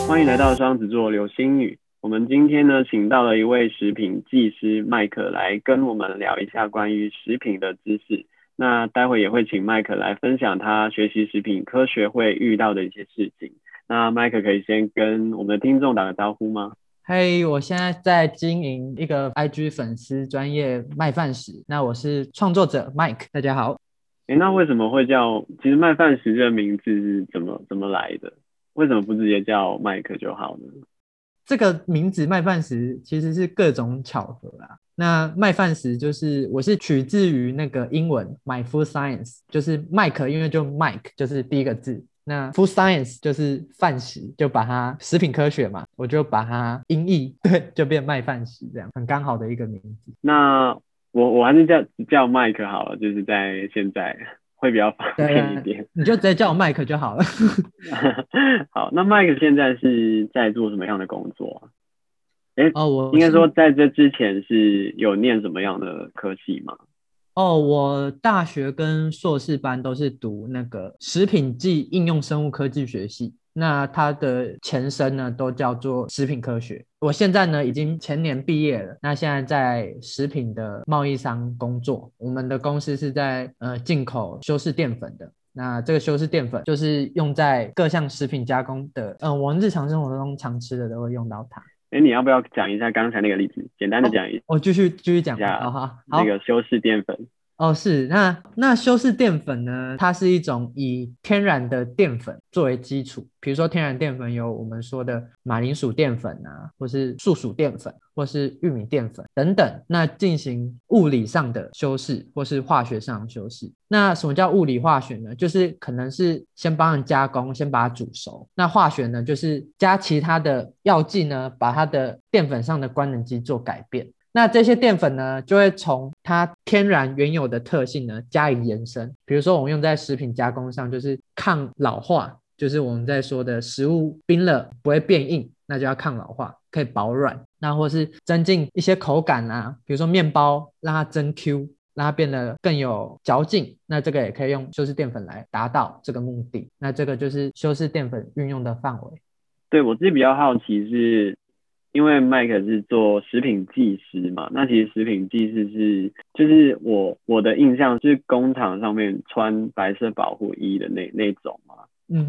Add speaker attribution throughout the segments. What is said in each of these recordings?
Speaker 1: 欢迎来到双子座流星雨。我们今天呢，请到了一位食品技师麦克来跟我们聊一下关于食品的知识。那待会也会请麦克来分享他学习食品科学会遇到的一些事情。那麦克可以先跟我们的听众打个招呼吗？
Speaker 2: 嘿，我现在在经营一个 IG 粉丝专业麦饭石，那我是创作者 Mike， 大家好。
Speaker 1: 那为什么会叫，其实麦饭石这个名字是怎么来的？为什么不直接叫麦克就好呢？
Speaker 2: 这个名字麦饭石其实是各种巧合啦。那麦饭石我是取自于那个英文 My Food Science， 就是麦克，因为就 Mike 就是第一个字，那 Food Science 就是饭食，就把它食品科学嘛，我就把它音译，对，就变麦饭石，这样很刚好的一个名字。
Speaker 1: 那我还是叫麦克好了，就是在现在会比较方便一点。
Speaker 2: 你就直接叫我麦克就好了。
Speaker 1: 好，那麦克现在是在做什么样的工作啊？应该
Speaker 2: 我
Speaker 1: 说在这之前是有念什么样的科系吗？
Speaker 2: 我大学跟硕士班都是读那个食品暨应用生物科技学系，那它的前身呢都叫做食品科学。我现在呢已经前年毕业了，那现在在食品的贸易商工作，我们的公司是在进口修饰淀粉的。那这个修饰淀粉就是用在各项食品加工的，我们日常生活中常吃的都会用到它。
Speaker 1: 你要不要讲一下刚才那个例子，简单的讲一下？
Speaker 2: 我继续讲。好，
Speaker 1: 这个修饰淀粉。
Speaker 2: 是那修饰淀粉呢，它是一种以天然的淀粉作为基础，比如说天然淀粉有我们说的马铃薯淀粉啊，或是树薯淀粉，或是玉米淀粉等等，那进行物理上的修饰或是化学上的修饰。那什么叫物理化学呢？就是可能是先帮人加工，先把它煮熟。那化学呢，就是加其他的药剂呢，把它的淀粉上的官能基做改变。那这些淀粉呢，就会从它天然原有的特性呢加以延伸。比如说，我们用在食品加工上，就是抗老化，就是我们在说的食物冰了不会变硬，那就要抗老化，可以保软。那或是增进一些口感啊，比如说面包让它增 Q，让它变得更有嚼劲，那这个也可以用修饰淀粉来达到这个目的。那这个就是修饰淀粉运用的范围。
Speaker 1: 对，我自己比较好奇是，因为麦克是做食品技师嘛，那其实食品技师就是我的印象是工厂上面穿白色保护衣的那种嘛。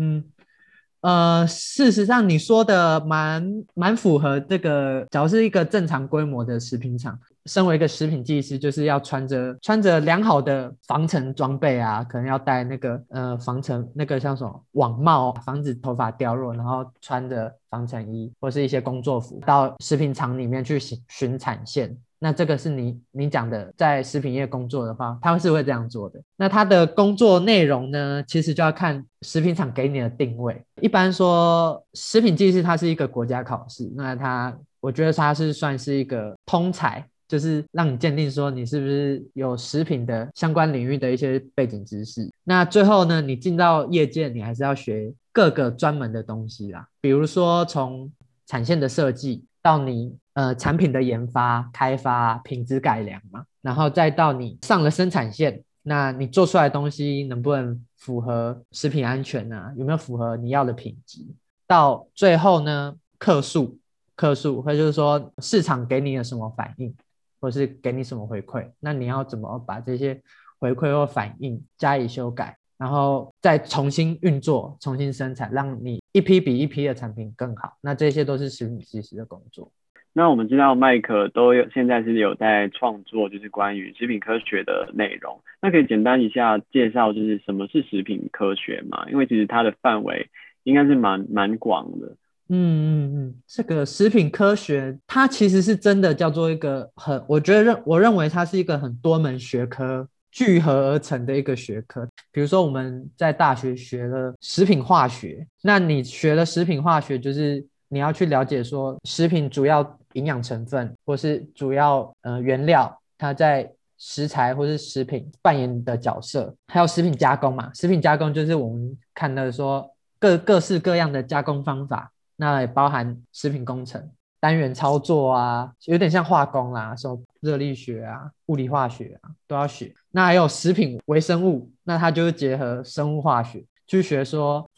Speaker 2: 事实上你说的蛮符合这个，假如是一个正常规模的食品厂，身为一个食品技师，就是要穿着良好的防尘装备啊，可能要戴那个防尘那个像什么网帽，防止头发掉落，然后穿着防尘衣或是一些工作服到食品厂里面去巡产线。那这个是你讲的，在食品业工作的话，他们是会这样做的。那他的工作内容呢，其实就要看食品厂给你的定位。一般说，食品技师它是一个国家考试，那我觉得它是算是一个通才，就是让你鉴定说你是不是有食品的相关领域的一些背景知识。那最后呢，你进到业界，你还是要学各个专门的东西啦，比如说从产线的设计到你产品的研发、开发、品质改良嘛，然后再到你上了生产线，那你做出来的东西能不能符合食品安全啊？有没有符合你要的品质？到最后呢，客诉，或者就是说市场给你的什么反应，或是给你什么回馈，那你要怎么把这些回馈或反应加以修改，然后再重新运作、重新生产，让你一批比一批的产品更好。那这些都是食品技师的工作。
Speaker 1: 那我们知道麦克现在是有在创作，就是关于食品科学的内容。那可以简单一下介绍，就是什么是食品科学嘛？因为其实它的范围应该是蛮广的。
Speaker 2: 这个食品科学，它其实是真的叫做一个我认为它是一个很多门学科聚合而成的一个学科。比如说我们在大学学了食品化学，那你学了食品化学，就是你要去了解说食品主要营养成分或是主要原料，它在食材或是食品扮演的角色，还有食品加工嘛。食品加工就是我们看到说各式各样的加工方法，那也包含食品工程、单元操作啊，有点像化工啦，说热力学啊、物理化学啊都要学。那还有食品微生物，那它就是结合生物化学去学说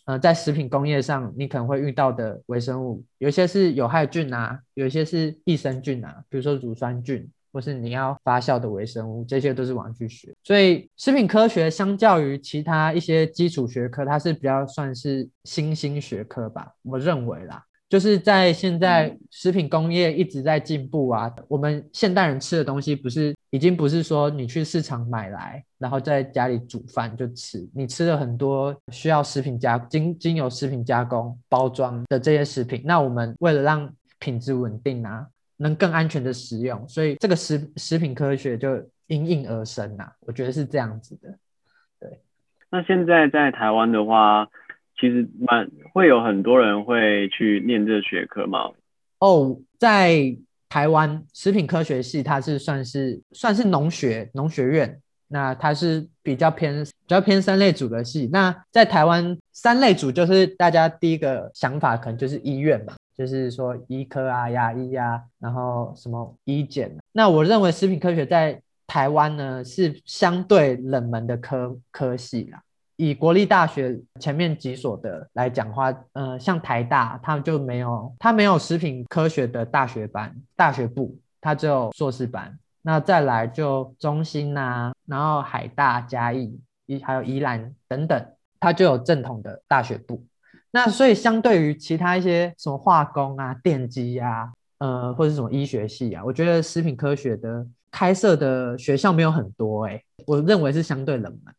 Speaker 2: 在食品工业上你可能会遇到的微生物，有一些是有害菌啊，有一些是益生菌啊，比如说乳酸菌，或是你要发酵的微生物，这些都是往去学。所以食品科学相较于其他一些基础学科，它是比较算是新兴学科吧，我认为啦。就是在现在食品工业一直在进步啊，我们现代人吃的东西已经不是说你去市场买来，然后在家里煮饭就吃，你吃了很多需要经由食品加工包装的这些食品，那我们为了让品质稳定啊，能更安全的食用，所以这个食品科学就应运而生啊，我觉得是这样子的。对，
Speaker 1: 那现在在台湾的话，其实会有很多人会去念这学科嘛。
Speaker 2: 在台湾食品科学系它是算是农学院，那它是比较偏三类组的系。那在台湾三类组就是大家第一个想法可能就是医院嘛，就是说医科啊、牙医啊，然后什么医检。那我认为食品科学在台湾呢是相对冷门的科系啦。以国立大学前面几所的来讲的话，像台大，它没有食品科学的大学部，它只有硕士班。那再来就中兴啊，然后海大、嘉义，还有宜兰等等，它就有正统的大学部。那所以相对于其他一些什么化工啊、电机啊，或者是什么医学系啊，我觉得食品科学的开设的学校没有很多我认为是相对冷门。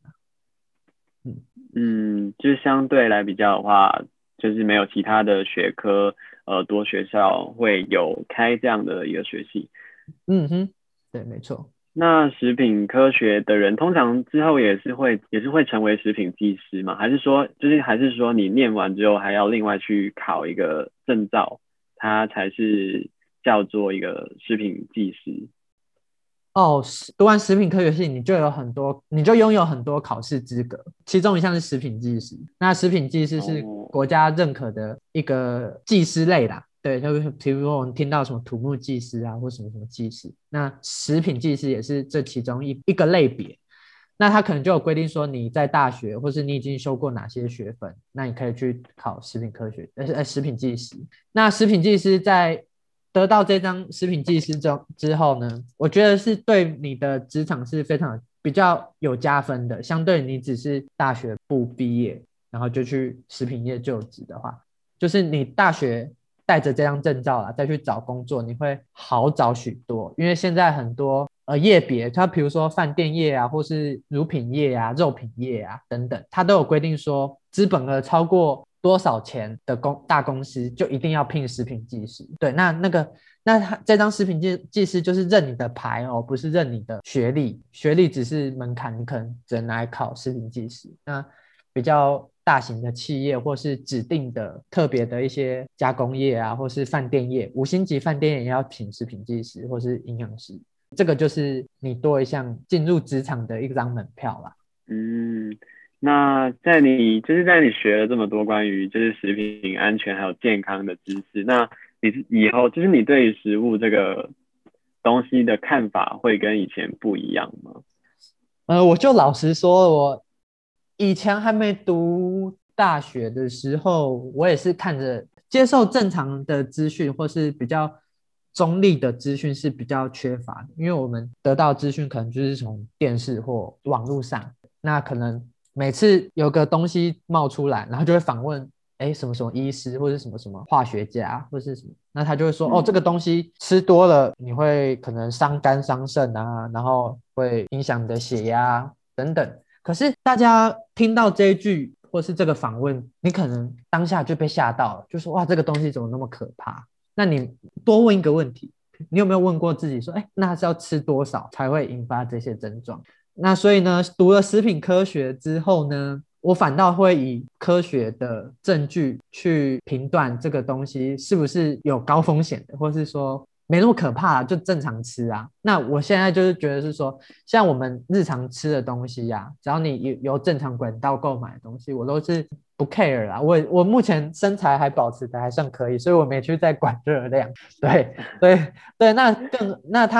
Speaker 1: 就是相对来比较的话，就是没有其他的学科，多学校会有开这样的一个学系。
Speaker 2: 对，没错。
Speaker 1: 那食品科学的人通常之后也是会成为食品技师吗？还是说你念完之后还要另外去考一个证照，它才是叫做一个食品技师？
Speaker 2: 读完食品科学系，你就拥有很多考试资格，其中一项是食品技师。那食品技师是国家认可的一个技师类啦，对，就比如说我们听到什么土木技师啊，或什么什么技师，那食品技师也是这其中一个类别。那他可能就有规定说你在大学或是你已经修过哪些学分，那你可以去考食品食品技师。那食品技师在得到这张食品技师之后呢，我觉得是对你的职场是比较有加分的，相对你只是大学部毕业然后就去食品业就职的话，就是你大学带着这张证照啦，再去找工作你会好找许多。因为现在很多业别，它比如说饭店业啊，或是乳品业啊、肉品业啊等等，它都有规定说资本额超过多少钱的大公司就一定要聘食品技师。对，那这张食品技师就是认你的牌哦，不是认你的学历，学历只是门槛，你可能只能来考食品技师。那比较大型的企业或是指定的特别的一些加工业啊，或是饭店业，5星级饭店业也要请食品技师或是营养师，这个就是你多一项进入职场的一张门票啦。
Speaker 1: 那在你学了这么多关于就是食品安全还有健康的知识，那你以后就是你对于食物这个东西的看法会跟以前不一样吗？
Speaker 2: 我就老实说，我以前还没读大学的时候，我也是看着接受正常的资讯或是比较中立的资讯是比较缺乏的，因为我们得到资讯可能就是从电视或网络上，那可能每次有个东西冒出来，然后就会访问什么什么医师或是什么什么化学家或是什么，那他就会说这个东西吃多了你会可能伤肝伤肾啊，然后会影响你的血压等等。可是大家听到这一句或是这个访问，你可能当下就被吓到了，就说哇，这个东西怎么那么可怕？那你多问一个问题，你有没有问过自己说那是要吃多少才会引发这些症状？那所以呢，读了食品科学之后呢，我反倒会以科学的证据去评断这个东西是不是有高风险的，或是说没那么可怕就正常吃啊。那我现在就是觉得是说，像我们日常吃的东西啊，只要你有正常管道购买的东西，我都是不 care 啦。我目前身材还保持的还算可以，所以我没去再管热量。对，那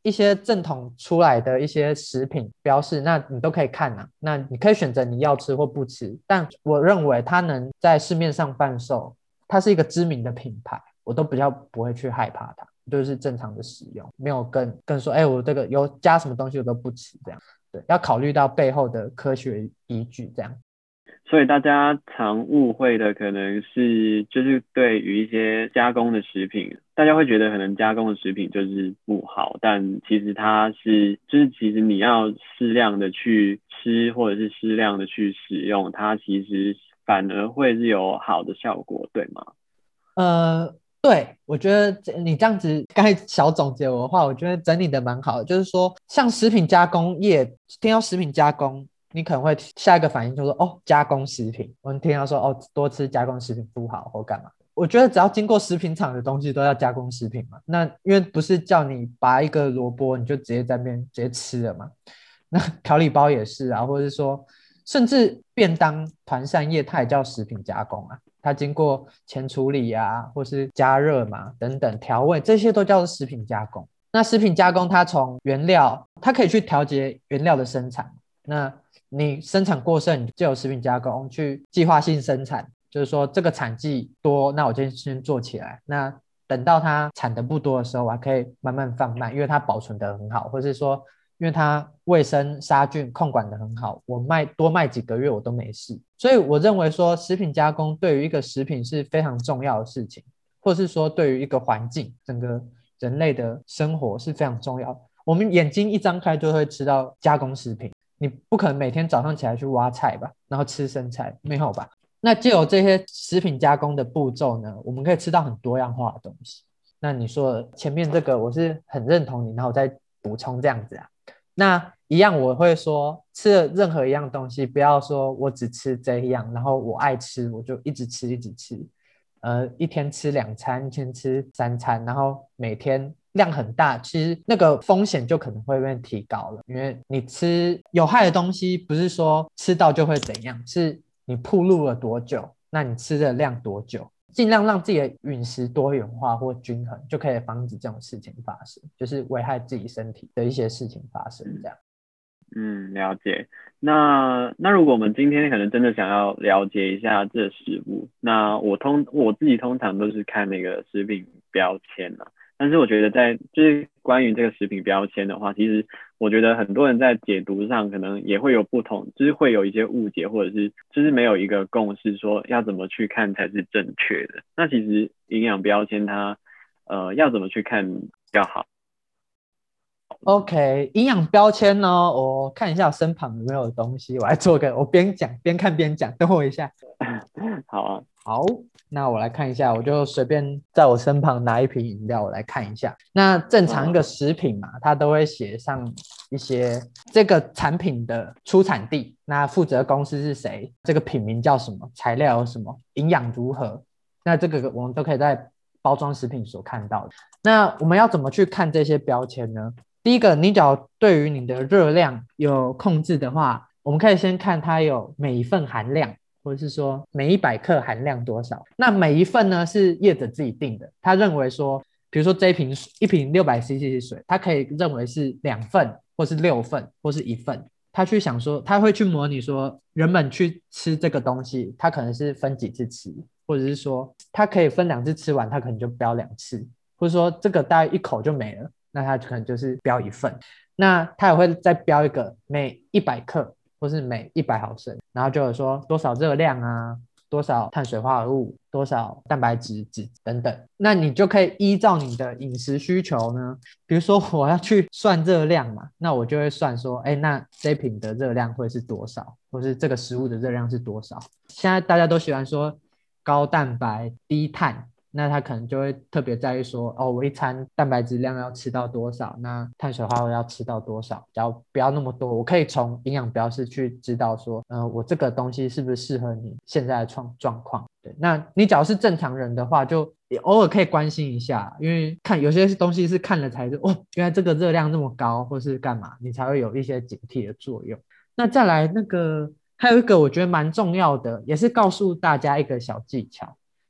Speaker 2: 一些正统出来的一些食品标示，那你都可以看啊，那你可以选择你要吃或不吃，但我认为它能在市面上贩售，它是一个知名的品牌，我都比较不会去害怕它，就是正常的使用，没有更说我这个有加什么东西我都不吃这样。对，要考虑到背后的科学依据这样。
Speaker 1: 所以大家常误会的可能是，就是对于一些加工的食品，大家会觉得可能加工的食品就是不好，但其实它是，就是其实你要适量的去吃，或者是适量的去使用，它其实反而会是有好的效果，对吗？
Speaker 2: 对，我觉得你这样子刚才小总结我的话，我觉得整理的蛮好的，就是说像食品加工业，听到食品加工，你可能会下一个反应就是说加工食品，我们听到说多吃加工食品不好或干嘛。我觉得只要经过食品厂的东西都要加工食品嘛，那因为不是叫你拔一个萝卜你就直接在那边直接吃了嘛，那调理包也是啊，或者是说甚至便当团扇叶它也叫食品加工啊，它经过前处理啊，或是加热嘛等等调味，这些都叫做食品加工。那食品加工它从原料，它可以去调节原料的生产，那你生产过剩，你就有食品加工去计划性生产，就是说这个产季多，那我就先做起来，那等到它产的不多的时候，我还可以慢慢放慢，因为它保存的很好，或是说因为它卫生杀菌控管的很好，我多卖几个月我都没事。所以我认为说食品加工对于一个食品是非常重要的事情，或是说对于一个环境整个人类的生活是非常重要的。我们眼睛一张开就会吃到加工食品，你不可能每天早上起来去挖菜吧，然后吃生菜，没有吧？那藉由这些食品加工的步骤呢，我们可以吃到很多样化的东西。那你说前面这个我是很认同你，然后我再补充这样子啊。那一样我会说，吃了任何一样东西，不要说我只吃这一样，然后我爱吃我就一直吃一直吃，一天吃2餐，一天吃3餐，然后每天量很大，其实那个风险就可能会被提高了，因为你吃有害的东西，不是说吃到就会怎样，是你暴露了多久，那你吃的量多久，尽量让自己的饮食多元化或均衡，就可以防止这种事情发生，就是危害自己身体的一些事情发生这样。
Speaker 1: 了解。那如果我们今天可能真的想要了解一下这食物，那我自己通常都是看那个食品标签啦。但是我觉得就是关于这个食品标签的话，其实我觉得很多人在解读上可能也会有不同，就是会有一些误解，或者是就是没有一个共识说要怎么去看才是正确的。那其实营养标签它要怎么去看比较好？
Speaker 2: OK，营养标签呢，我看一下我身旁有没有东西，我来做个，我边讲边看边讲，等我一下。
Speaker 1: 好啊。
Speaker 2: 好，那我来看一下，我就随便在我身旁拿一瓶饮料，我来看一下。那正常一个食品嘛，它都会写上一些这个产品的出产地，那负责公司是谁，这个品名叫什么，材料有什么，营养如何，那这个我们都可以在包装食品所看到的。那我们要怎么去看这些标签呢？第一个，你只要对于你的热量有控制的话，我们可以先看它有每一份含量。或者是说每100克含量多少？那每一份呢是业者自己定的，他认为说，比如说这一瓶600cc 水，他可以认为是2份，或是6份，或是1份。他去想说，他会去模拟说，人们去吃这个东西，他可能是分几次吃，或者是说，他可以分2次吃完，他可能就标2次，或者说这个大概1口就没了，那他可能就是标1份。那他也会再标一个每100克。或是每100毫升，然后就有说多少热量啊，多少碳水化合物，多少蛋白质、脂等等。那你就可以依照你的饮食需求呢，比如说我要去算热量嘛，那我就会算说，那这瓶的热量会是多少，或是这个食物的热量是多少。现在大家都喜欢说高蛋白、低碳。那他可能就会特别在意说，我一餐蛋白质量要吃到多少，那碳水化合物要吃到多少，只要不要那么多，我可以从营养标示去知道说，我这个东西是不是适合你现在的状况。对，那你只要是正常人的话，就偶尔可以关心一下，因为看有些东西是看了才是，原来这个热量这么高，或是干嘛，你才会有一些警惕的作用。那再来那个还有一个我觉得蛮重要的，也是告诉大家一个小技巧。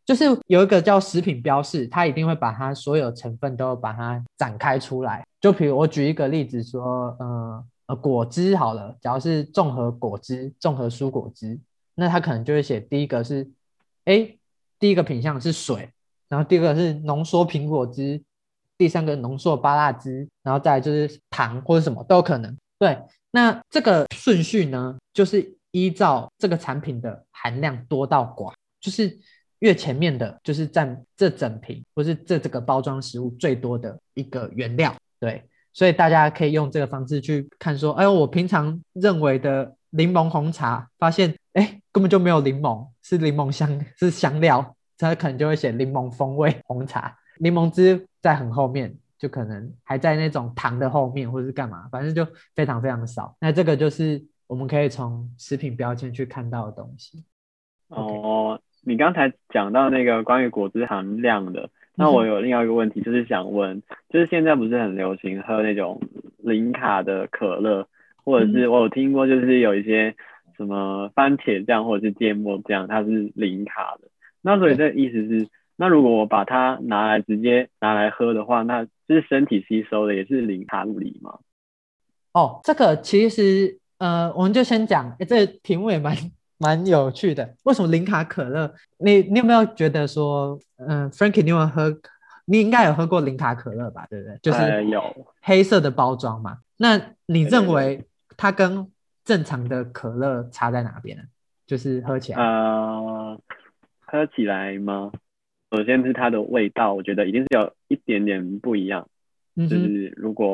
Speaker 2: 就是有一个叫食品标示，它一定会把它所有成分都把它展开出来。就比如我举一个例子说，果汁好了，假如是综合果汁、综合蔬果汁，那它可能就会写第一个是，第一个品项是水，然后第二个是浓缩苹果汁，第三个浓缩芭乐汁，然后再来就是糖或者什么都有可能。对，那这个顺序呢，就是依照这个产品的含量多到寡，就是越前面的就是占这整瓶或是这个包装食物最多的一个原料。对，所以大家可以用这个方式去看说，哎呦，我平常认为的柠檬红茶，发现根本就没有柠檬，是柠檬香，是香料，它可能就会写柠檬风味红茶，柠檬汁在很后面，就可能还在那种糖的后面或者是干嘛，反正就非常非常少。那这个就是我们可以从食品标签去看到的东西。
Speaker 1: 哦，你刚才讲到那个关于果汁含量的，那我有另外一个问题，就是想问，就是现在不是很流行喝那种零卡的可乐，或者是我有听过，就是有一些什么番茄酱或者是芥末酱，它是零卡的。那所以这意思是，那如果我把它直接拿来喝的话，那就是身体吸收的也是零卡路里吗？
Speaker 2: 这个其实我们就先讲，这个题目也蛮有趣的。为什么零卡可乐？你有没有觉得说，Frankie，你应该有喝过零卡可乐吧？对不对？就是
Speaker 1: 有
Speaker 2: 黑色的包装嘛。那你认
Speaker 1: 对
Speaker 2: 为它跟正常的可乐差在哪边呢？就是喝起来。
Speaker 1: 喝起来吗？首先是它的味道，我觉得一定是有一点点不一样。就是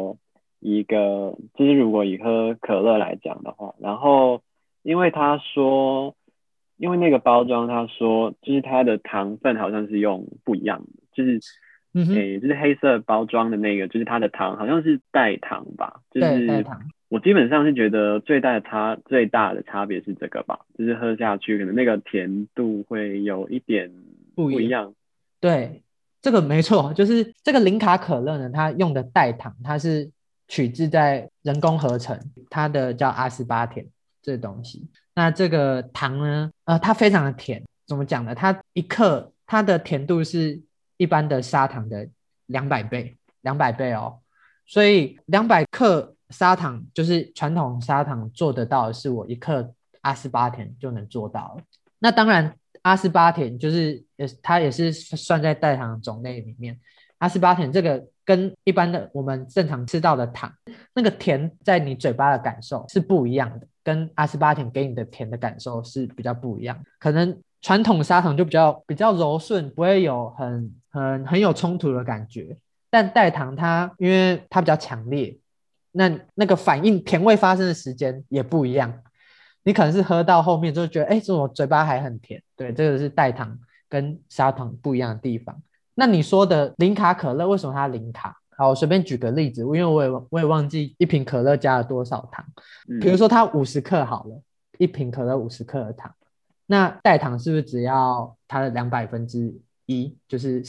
Speaker 1: 如果以喝可乐来讲的话，然后因为因为那个包装他说，就是它的糖分好像是用不一样的，就是黑色包装的那个，就是它的糖好像是代糖吧，就是
Speaker 2: 对，代糖
Speaker 1: 我基本上是觉得最大的差别是这个吧，就是喝下去可能那个甜度会有一点不一样。
Speaker 2: 对，这个没错，就是这个零卡可乐呢，它用的代糖，它是取自在人工合成，它的叫阿斯巴甜这东西。那这个糖呢，它非常的甜，怎么讲呢？它一克它的甜度是一般的砂糖的200倍，200倍哦。所以200克砂糖就是传统砂糖做得到的，是我一克阿斯巴甜就能做到了。那当然，阿斯巴甜就是它也是算在代糖种类里面。阿斯巴甜这个跟一般的我们正常吃到的糖，那个甜在你嘴巴的感受是不一样的，跟阿斯巴甜给你的甜的感受是比较不一样。可能传统砂糖就比较柔顺，不会有很有冲突的感觉。但代糖它因为它比较强烈，那个反应甜味发生的时间也不一样。你可能是喝到后面就觉得，这我嘴巴还很甜。对，这个是代糖跟砂糖不一样的地方。那你说的零卡可乐，为什么它零卡？好，我随便举个例子，因为我也忘记一瓶可乐加了多少糖。比如说它50克好了，一瓶可乐50克的糖，那代糖是不是只要它的1/2，就是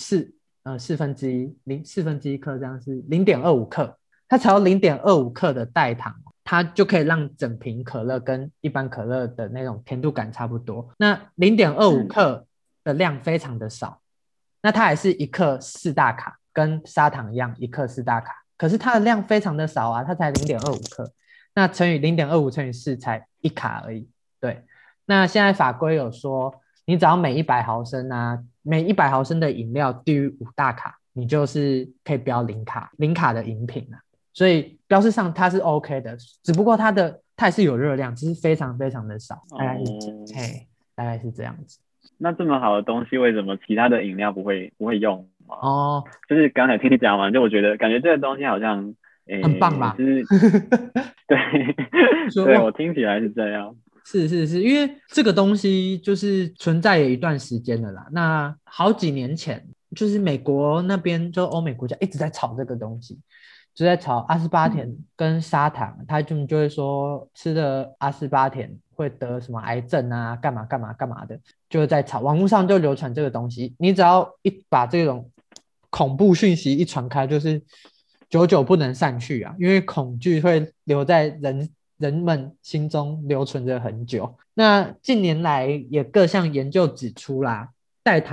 Speaker 2: 4分之一克，这样是0.25克，它才有0.25克的代糖，它就可以让整瓶可乐跟一般可乐的那种甜度感差不多。那0.25克的量非常的少，那它还是一克4大卡，跟砂糖一样一克4大卡，可是它的量非常的少啊，它才0.25克，那乘以0.25乘以4才1卡而已。对，那现在法规有说，你只要每100毫升每100毫升的饮料低于5大卡，你就是可以标零卡的饮品啊。所以标示上它是 OK 的，只不过它也是有热量，只是非常非常的少，大概是这样子。
Speaker 1: 那这么好的东西，为什么其他的饮料不会用
Speaker 2: 吗？
Speaker 1: 就是刚才听你讲完，就我觉得感觉这个东西好像
Speaker 2: 很棒吧？
Speaker 1: 就是对对，我听起来是这样。
Speaker 2: 是，因为这个东西就是存在了一段时间了啦。那好几年前，就是美国那边就欧美国家一直在炒这个东西，就在炒阿斯巴甜跟砂糖，他就会说吃了阿斯巴甜会得什么癌症啊，干嘛的，就在炒。网络上就流传这个东西，你只要把这种恐怖讯息一传开，就是久久不能散去啊，因为恐惧会留在人们心中留存着很久。那近年来也各项研究指出啦，代糖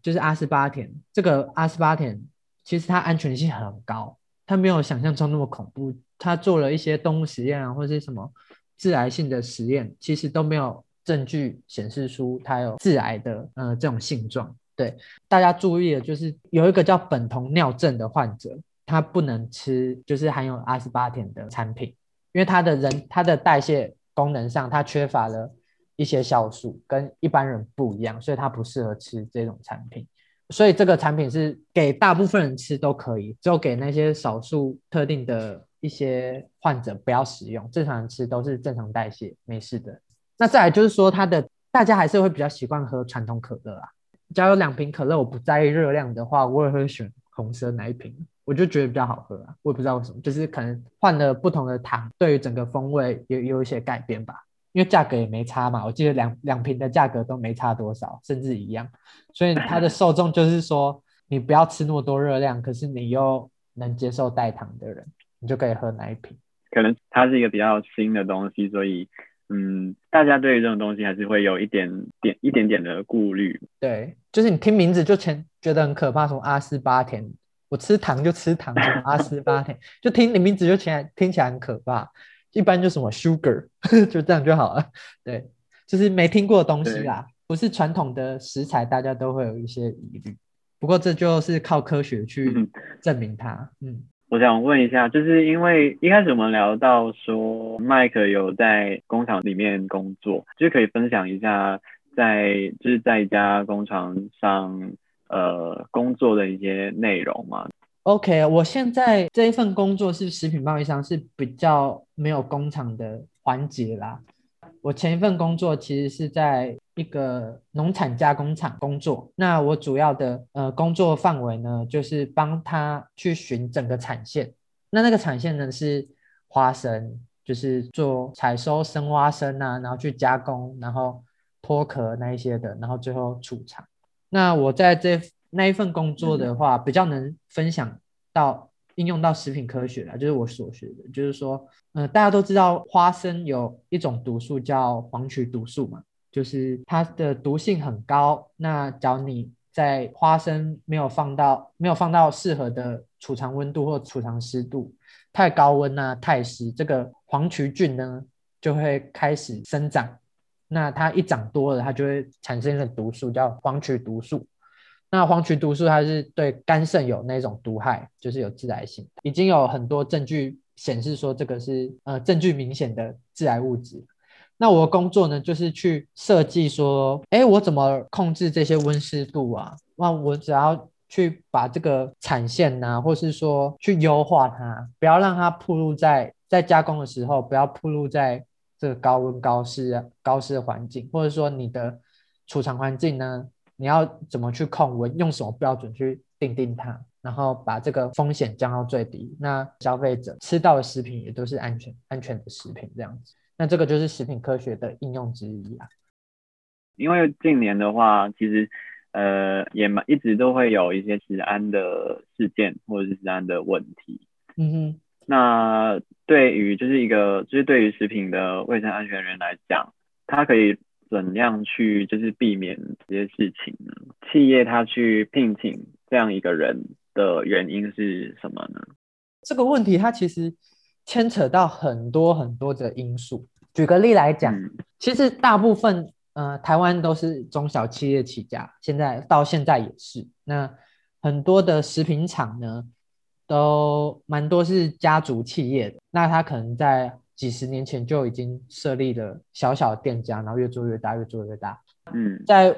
Speaker 2: 就是阿斯巴甜，这个阿斯巴甜其实它安全性很高，它没有想象中那么恐怖。它做了一些动物实验啊，或是什么致癌性的实验，其实都没有证据显示出它有致癌的这种性状。对，大家注意的就是有一个叫苯酮尿症的患者，他不能吃就是含有阿斯巴甜的产品，因为他的代谢功能上他缺乏了一些酵素，跟一般人不一样，所以他不适合吃这种产品。所以这个产品是给大部分人吃都可以，只有给那些少数特定的一些患者不要使用，正常人吃都是正常代谢，没事的。那再来就是说，大家还是会比较习惯喝传统可乐啊。假如2瓶可乐我不在意热量的话，我也会选红色那一瓶，我就觉得比较好喝啊。我也不知道为什么，就是可能换了不同的糖，对于整个风味也有一些改变吧。因为价格也没差嘛，我记得两瓶的价格都没差多少，甚至一样。所以它的受众就是说，你不要吃那么多热量，可是你又能接受代糖的人，你就可以喝那一瓶。
Speaker 1: 可能它是一个比较新的东西，所以大家对于这种东西还是会有一点点的顾虑。
Speaker 2: 对，就是你听名字就觉得很可怕，什么阿斯巴甜，我吃糖就吃糖，什么阿斯巴甜，就听你名字就听起来很可怕。一般就什么 sugar 就这样就好了。对，就是没听过的东西啦，不是传统的食材，大家都会有一些疑虑。不过这就是靠科学去证明它。
Speaker 1: 我想问一下，就是因为一开始我们聊到说麦克有在工厂里面工作，就是可以分享一下就是在一家工厂上工作的一些内容吗？
Speaker 2: OK，我现在这一份工作是食品贸易商，是比较没有工厂的环节啦。我前一份工作其实是在一个农产加工厂工作，那我主要的工作范围呢，就是帮他去寻整个产线。那个产线呢是花生，就是做采收生花生啊，然后去加工，然后脱壳那一些的，然后最后储藏。那我在那一份工作的话，比较能分享到应用到食品科学啦，就是我所学的，就是说，大家都知道花生有一种毒素叫黄曲毒素嘛，就是它的毒性很高。那假如你在花生没有放到适合的储藏温度或储藏湿度，太高温啊、太湿，这个黄曲菌呢就会开始生长。那它一长多了，它就会产生一个毒素叫黄曲毒素。那黄曲毒素它是对肝肾有那种毒害，就是有致癌性，已经有很多证据显示说这个是证据明显的致癌物质。那我的工作呢，就是去设计说，我怎么控制这些温湿度啊？那我只要去把这个产线啊，或是说去优化它，不要让它暴露在加工的时候，不要暴露在这个高温高湿的环境，或者说你的储藏环境呢，你要怎么去控温，用什么标准去定它，然后把这个风险降到最低，那消费者吃到的食品也都是安全的食品这样子。那这个就是食品科学的应用之一啊。
Speaker 1: 因为近年的话，其实也一直都会有一些食安的事件或者是食安的问题。那对于对于食品的卫生安全人来讲，他可以怎样去就是避免这些事情呢？企业他去聘请这样一个人的原因是什么呢？
Speaker 2: 这个问题它其实牵扯到很多很多的因素。举个例来讲，其实大部分台湾都是中小企业起家，到现在也是。那很多的食品厂呢，都蛮多是家族企业的。那他可能在几十年前就已经设立了小小的店家，然后越做越大，越做越大。在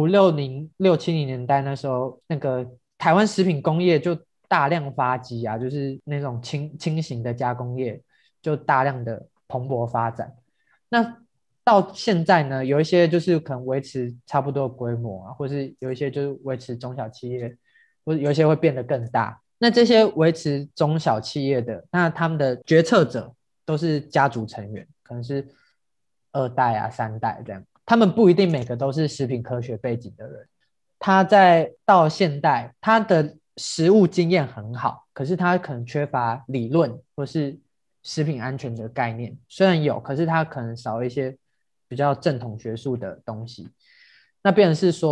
Speaker 2: 60、70年代那时候，那个台湾食品工业就大量发迹啊，就是那种轻型的加工业就大量的蓬勃发展。那到现在呢，有一些就是可能维持差不多的规模啊，或是有一些就是维持中小企业，或者有一些会变得更大。那这些维持中小企业的，那他们的决策者都是家族成员，可能是2代啊、3代这样。他们不一定每个都是食品科学背景的人。到现代，他的实务经验很好，可是他可能缺乏理论或是食品安全的概念。虽然有，可是他可能少一些比较正统学术的东西。那变成是说，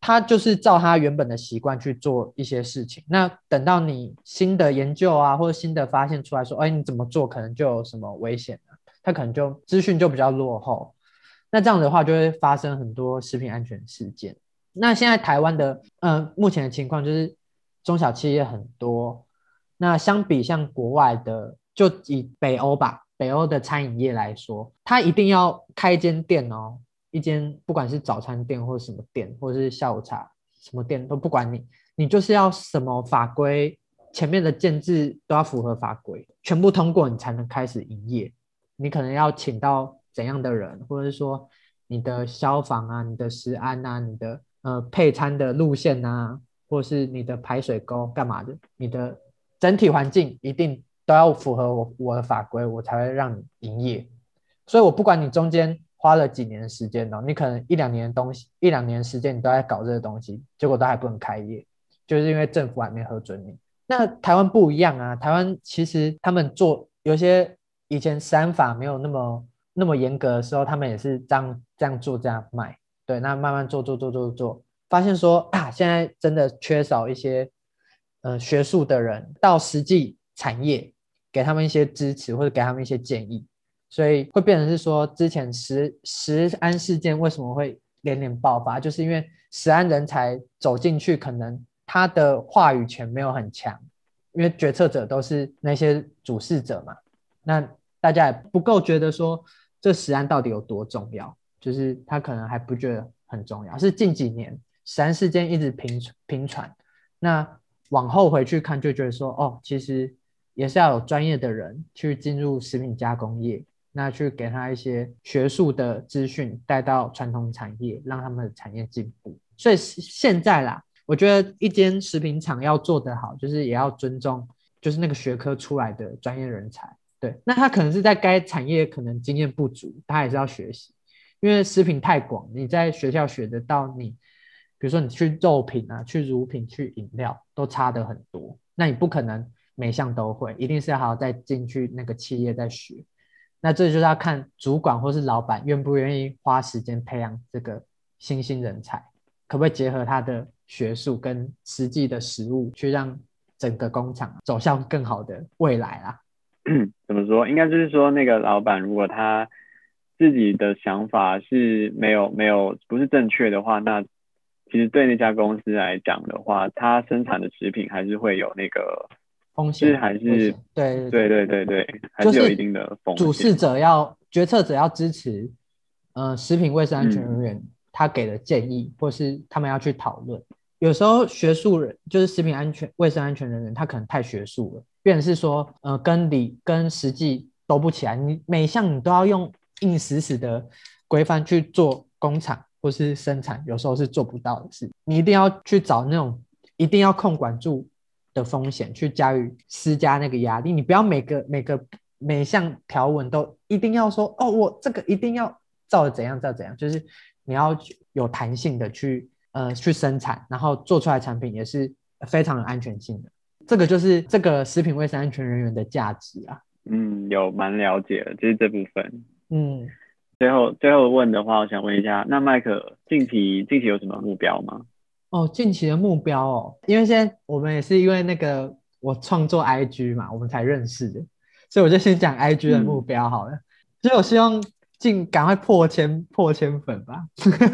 Speaker 2: 他就是照他原本的习惯去做一些事情。那等到你新的研究啊，或者新的发现出来说，哎，你怎么做可能就有什么危险啊，他可能就资讯就比较落后。那这样的话就会发生很多食品安全事件。那现在台湾的目前的情况就是中小企业很多，那相比像国外的，就以北欧吧，北欧的餐饮业来说，他一定要开一间店哦，一间不管是早餐店或者什么店，或者是下午茶什么店都不管你，你就是要什么法规，前面的建制都要符合法规，全部通过你才能开始营业。你可能要请到怎样的人，或者是说你的消防啊、你的食安啊、你的配餐的路线啊，或是你的排水沟干嘛的，你的整体环境一定都要符合我的法规，我才会让你营业。所以我不管你中间花了几年的时间哦，你可能一两年的东西，一两年时间你都在搞这个东西，结果都还不能开业，就是因为政府还没核准你。那台湾不一样啊，台湾其实他们做有些以前食安法没有那么严格的时候，他们也是这样做这样卖。对，那慢慢做，发现说啊，现在真的缺少一些学术的人到实际产业给他们一些支持或者给他们一些建议，所以会变成是说，之前食安事件为什么会连连爆发，就是因为食安人才走进去，可能他的话语权没有很强，因为决策者都是那些主事者嘛，那大家也不够觉得说这食安到底有多重要，就是他可能还不觉得很重要，是近几年食安事件一直频传，那往后回去看就觉得说，哦，其实也是要有专业的人去进入食品加工业，那去给他一些学术的资讯带到传统产业，让他们的产业进步。所以现在啦，我觉得一间食品厂要做得好，就是也要尊重，就是那个学科出来的专业人才。对，那他可能是在该产业可能经验不足，他也是要学习，因为食品太广，你在学校学得到你，比如说你去肉品啊、去乳品、去饮料都差得很多，那你不可能每项都会，一定是要好好再进去那个企业再学。那这就是要看主管或是老板愿不愿意花时间培养这个新兴人才，可不可以结合他的学术跟实际的实务，去让整个工厂走向更好的未来啦。
Speaker 1: 怎么说？应该就是说，那个老板如果他自己的想法是没有不是正确的话，那其实对那家公司来讲的话，他生产的食品还是会有那个，
Speaker 2: 风
Speaker 1: 就是
Speaker 2: 险，
Speaker 1: 还是对，还是有一
Speaker 2: 就是
Speaker 1: 定的风
Speaker 2: 主事
Speaker 1: 险。
Speaker 2: 者决策者要支持，食品卫生安全人员他给的建议，或是他们要去讨论。有时候学术人就是食品卫生安全人员，他可能太学术了，变成是说，跟理跟实际都不起来，你每一项你都要用硬死死的规范去做工厂或是生产，有时候是做不到的事。你一定要去找那种一定要控管住的风险，去施加那个压力。你不要每项条文都一定要说哦，我这个一定要照怎样，就是你要有弹性的去生产，然后做出来的产品也是非常有安全性的。这个就是这个食品卫生安全人员的价值啊。
Speaker 1: 有蛮了解的，就是这部分。
Speaker 2: 嗯，
Speaker 1: 最后问的话，我想问一下，那麦克近期有什么目标吗？
Speaker 2: 哦，近期的目标哦，因为现在我们也是因为那个我创作 IG 嘛，我们才认识的，所以我就先讲 IG 的目标好了。所以我希望赶快破千粉吧。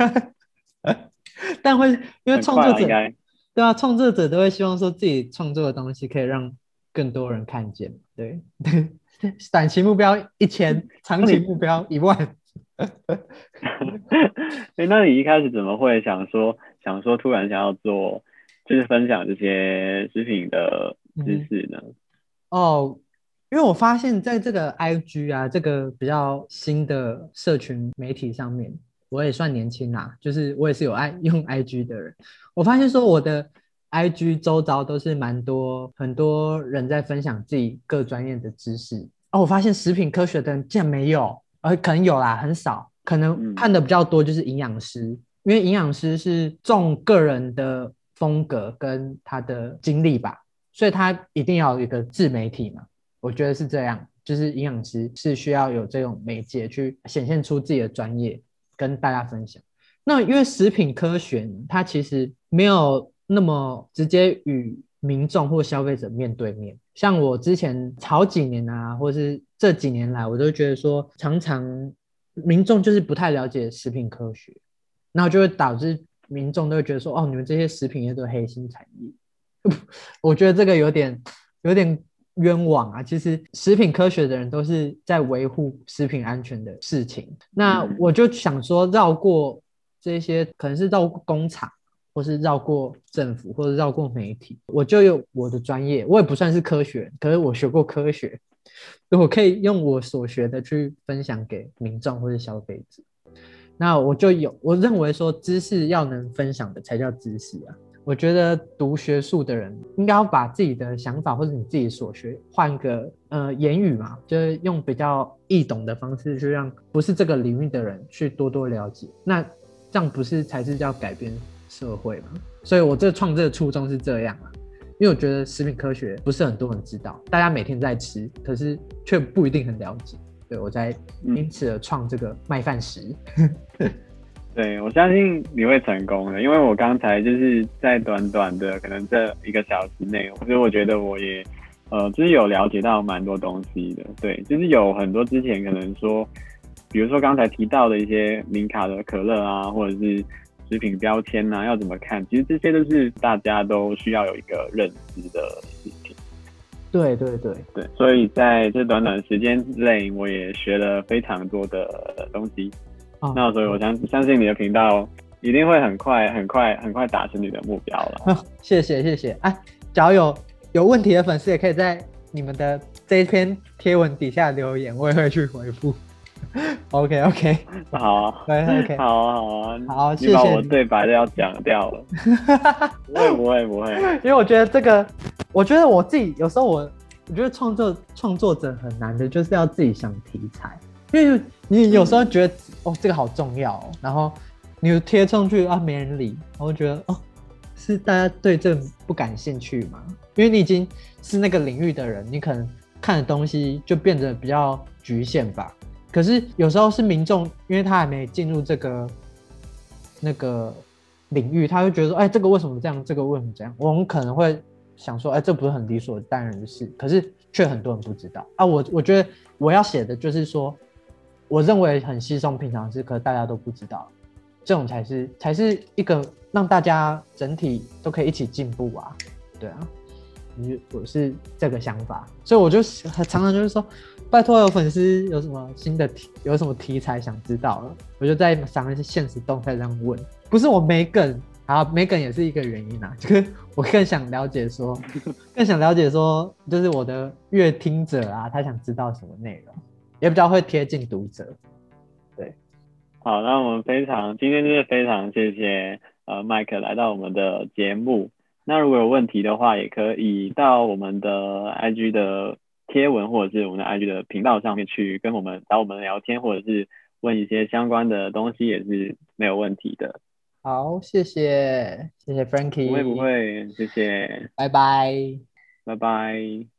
Speaker 2: 但会因为
Speaker 1: 很快啊，应
Speaker 2: 创作者，
Speaker 1: 该。
Speaker 2: 对啊，创作者都会希望说自己创作的东西可以让更多人看见，对对，短期目标1000，长
Speaker 1: 那你，
Speaker 2: 期目标10000。
Speaker 1: 那你一开始怎么会想说突然想要做，就是分享这些食品的知
Speaker 2: 嗯，
Speaker 1: 识呢？
Speaker 2: 哦，因为我发现在这个 IG 啊，这个比较新的社群媒体上面，我也算年轻啦，就是我也是有用 IG 的人。我发现说我的 IG 周遭都是很多人在分享自己各专业的知识。哦，我发现食品科学的人竟然没有，可能有啦，很少，可能看的比较多就是营养师，因为营养师是重个人的风格跟他的经历吧。所以他一定要有一个自媒体嘛，我觉得是这样，就是营养师是需要有这种媒介去显现出自己的专业跟大家分享。 那因为食品科学呢它其实没有那么直接与民众或消费者面对面。像我之前好几年啊，或是这几年来，我都觉得说，常常民众就是不太了解食品科学，然后就会导致民众都会觉得说，哦，你们这些食品业都是黑心产业。我觉得这个有点冤枉啊！其实食品科学的人都是在维护食品安全的事情。那我就想说，绕过这些，可能是绕过工厂，或是绕过政府，或者绕过媒体，我就用我的专业，我也不算是科学，可是我学过科学，我可以用我所学的去分享给民众或是消费者。那我认为说知识要能分享的才叫知识啊。我觉得读学术的人应该要把自己的想法或者你自己所学换个言语嘛，就是用比较易懂的方式去让不是这个领域的人去多多了解，那这样不是才是叫改变社会吗？所以我创这个初衷是这样啊，因为我觉得食品科学不是很多人知道，大家每天在吃，可是却不一定很了解。对，我才因此而创这个麦饭石。
Speaker 1: 对，我相信你会成功的，因为我刚才就是在短短的可能这1个小时内，所以我觉得我也就是有了解到蛮多东西的。对，就是有很多之前可能说，比如说刚才提到的一些零卡的可乐啊，或者是食品标签啊，要怎么看，其实这些都是大家都需要有一个认知的事情。
Speaker 2: 对对对
Speaker 1: 对，所以在这短短的时间之内，我也学了非常多的东西。那所以我相信你的频道一定会很快达成你的目标了。
Speaker 2: 谢谢谢谢。哎，假如有问题的粉丝也可以在你们的这一篇贴文底下留言，我也会去回复。OK，
Speaker 1: 好啊，
Speaker 2: 对 OK，
Speaker 1: 好啊，
Speaker 2: 好，谢谢。
Speaker 1: 你把我对白都要讲掉了。不会，
Speaker 2: 因为我觉得这个，我觉得我自己有时候我觉得创作者很难的，就是要自己想题材。因为你有时候觉得哦这个好重要哦，然后你贴上去啊没人理，然后觉得哦是大家对这不感兴趣嘛？因为你已经是那个领域的人，你可能看的东西就变得比较局限吧。可是有时候是民众，因为他还没进入这个那个领域，他会觉得说，哎，这个为什么这样？这个为什么这样？我们可能会想说，哎，这不是很理所当然的事，可是却很多人不知道啊。我觉得我要写的就是说。我认为很稀松平常的事，可是大家都不知道，这种才是一个让大家整体都可以一起进步啊，对啊，我是这个想法，所以我就常常就是说，拜托有粉丝有什么新的有什么题材想知道了，我就在上面现实动态这样问，不是我没梗，好没梗也是一个原因啊，就是我更想了解说，就是我的阅听者啊，他想知道什么内容。也比较会贴近读者，对。
Speaker 1: 好，那我们今天真的非常谢谢麦克来到我们的节目。那如果有问题的话，也可以到我们的 IG 的贴文或者是我们的 IG 的频道上面去跟找我们聊天，或者是问一些相关的东西，也是没有问题的。
Speaker 2: 好，谢谢 Frankie，
Speaker 1: 不会，谢谢，
Speaker 2: 拜拜，
Speaker 1: 拜拜。